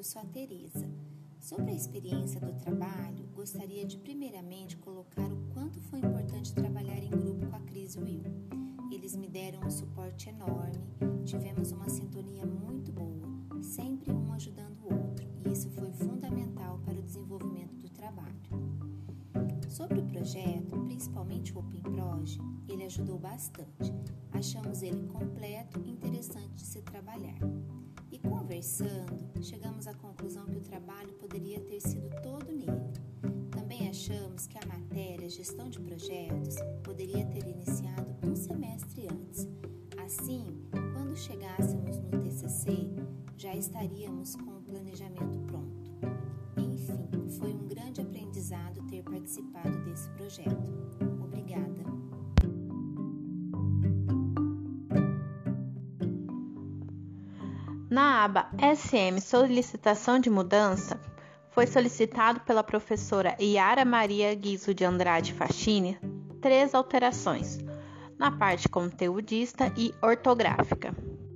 eu sou a Teresa. Sobre a experiência do trabalho, gostaria de primeiramente colocar o quanto foi importante trabalhar em grupo com a Cris e o Will. Eles me deram um suporte enorme, tivemos uma sintonia muito boa, sempre um ajudando o outro, e isso foi fundamental para o desenvolvimento do trabalho. Sobre o projeto, principalmente o OpenProj, ele ajudou bastante. Achamos ele completo e interessante de se trabalhar. E conversando, chegamos à conclusão que o trabalho poderia ter sido todo nele. Também achamos que a matéria Gestão de Projetos poderia ter iniciado um semestre antes. Assim, quando chegássemos no TCC, já estaríamos com o planejamento pronto. Enfim, foi um grande aprendizado ter participado desse projeto. Obrigada. Na aba SM Solicitação de Mudança, foi solicitado pela professora Yara Maria Guizo de Andrade Fachini 3 alterações, na parte conteudista e ortográfica.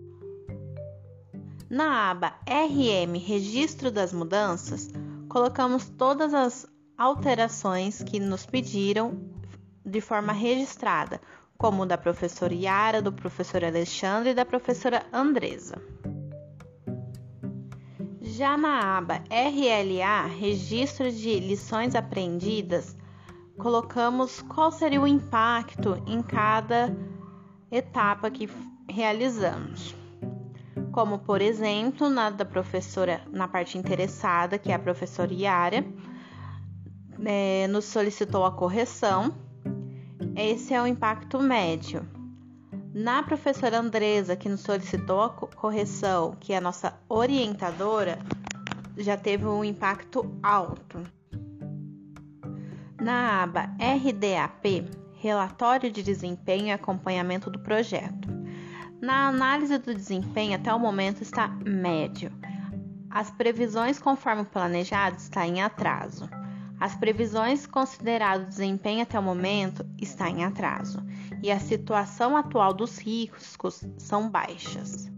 Na aba RM Registro das Mudanças, colocamos todas as alterações que nos pediram de forma registrada, como da professora Yara, do professor Alexandre e da professora Andresa. Já na aba RLA, Registro de Lições Aprendidas, colocamos qual seria o impacto em cada etapa que realizamos. Como, por exemplo, na da professora, na parte interessada, que é a professora Yara, nos solicitou a correção. Esse é o impacto médio. Na professora Andresa, que nos solicitou a correção, que é a nossa orientadora, já teve um impacto alto. Na aba RDAP, Relatório de Desempenho e Acompanhamento do Projeto. Na análise do desempenho, até o momento está médio. As previsões conforme planejado está em atraso. As previsões considerado desempenho até o momento está em atraso. E a situação atual dos riscos são baixas.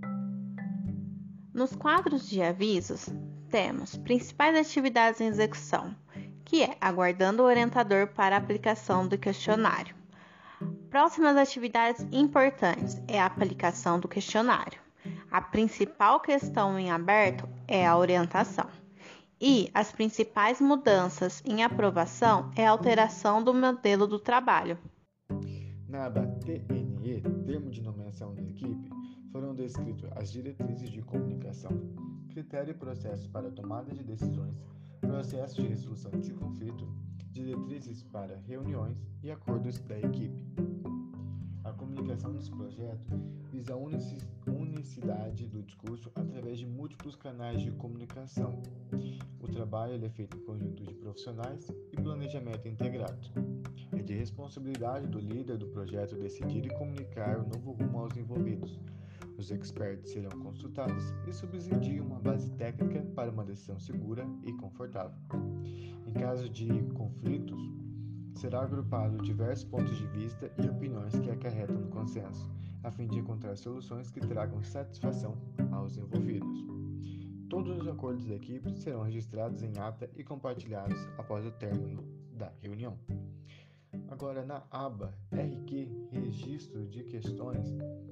Nos quadros de avisos, temos principais atividades em execução, que é aguardando o orientador para a aplicação do questionário. Próximas atividades importantes é a aplicação do questionário. A principal questão em aberto é a orientação. E as principais mudanças em aprovação é a alteração do modelo do trabalho. Na aba TNE, Termo de Nomeação da Equipe, foram descritas as diretrizes de comunicação, critério e processo para tomada de decisões, processo de resolução de conflito, diretrizes para reuniões e acordos da equipe. A comunicação desse projeto visa a unicidade do discurso através de múltiplos canais de comunicação. O trabalho é feito em conjunto de profissionais e planejamento integrado. É de responsabilidade do líder do projeto decidir e comunicar o novo rumo aos envolvidos. Os experts serão consultados e subsidiam uma base técnica para uma decisão segura e confortável. Em caso de conflitos, será agrupado diversos pontos de vista e opiniões que acarretam no consenso, a fim de encontrar soluções que tragam satisfação aos envolvidos. Todos os acordos da equipe serão registrados em ata e compartilhados após o término da reunião. Agora, na aba RQ, Registro de Questões,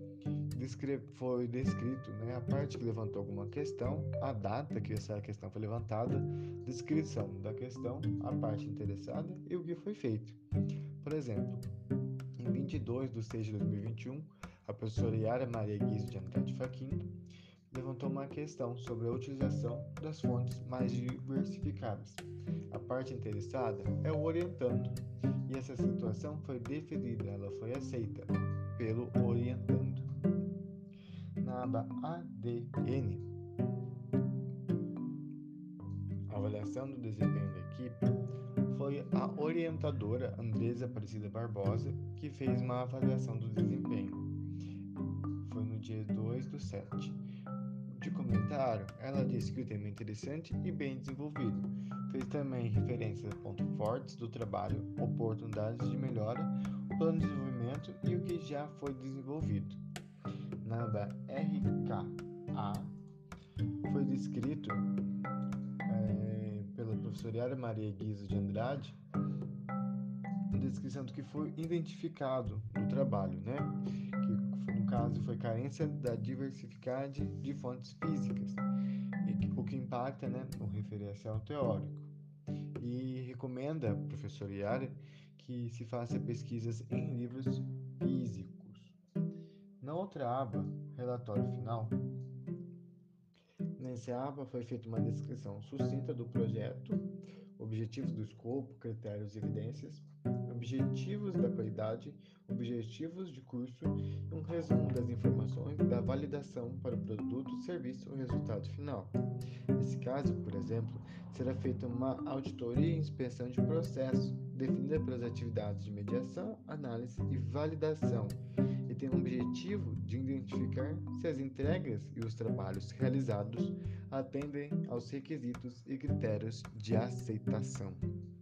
foi descrito a parte que levantou alguma questão, a data que essa questão foi levantada, descrição da questão, a parte interessada e o que foi feito. Por exemplo, em 22/6/2021, a professora Yara Maria Guizo de Andrade Fachini levantou uma questão sobre a utilização das fontes mais diversificadas. A parte interessada é o orientando, e essa situação foi deferida, ela foi aceita pelo orientando. Na aba ADN, avaliação do desempenho da equipe, foi a orientadora Andresa Aparecida Barbosa que fez uma avaliação do desempenho. Foi no dia 2/7. De comentário, ela disse que o tema é interessante e bem desenvolvido. Fez também referência a pontos fortes do trabalho, oportunidades de melhora, o plano de desenvolvimento e o que já foi desenvolvido. Na aba RKA, foi descrito pela professora Yara Maria Guizo de Andrade, a descrição do que foi identificado no trabalho, né? Que no caso foi carência da diversidade de fontes físicas, o que impacta, né, no referencial teórico. E recomenda, professor Yara, que se faça pesquisas em livros físicos. Na outra aba, relatório final, nessa aba foi feita uma descrição sucinta do projeto, objetivos do escopo, critérios e evidências, objetivos da qualidade, objetivos de curso e um resumo das informações da validação para o produto, serviço ou resultado final. Nesse caso, por exemplo, será feita uma auditoria e inspeção de processo, definida pelas atividades de mediação, análise e validação, e tem o objetivo de identificar se as entregas e os trabalhos realizados atendem aos requisitos e critérios de aceitação.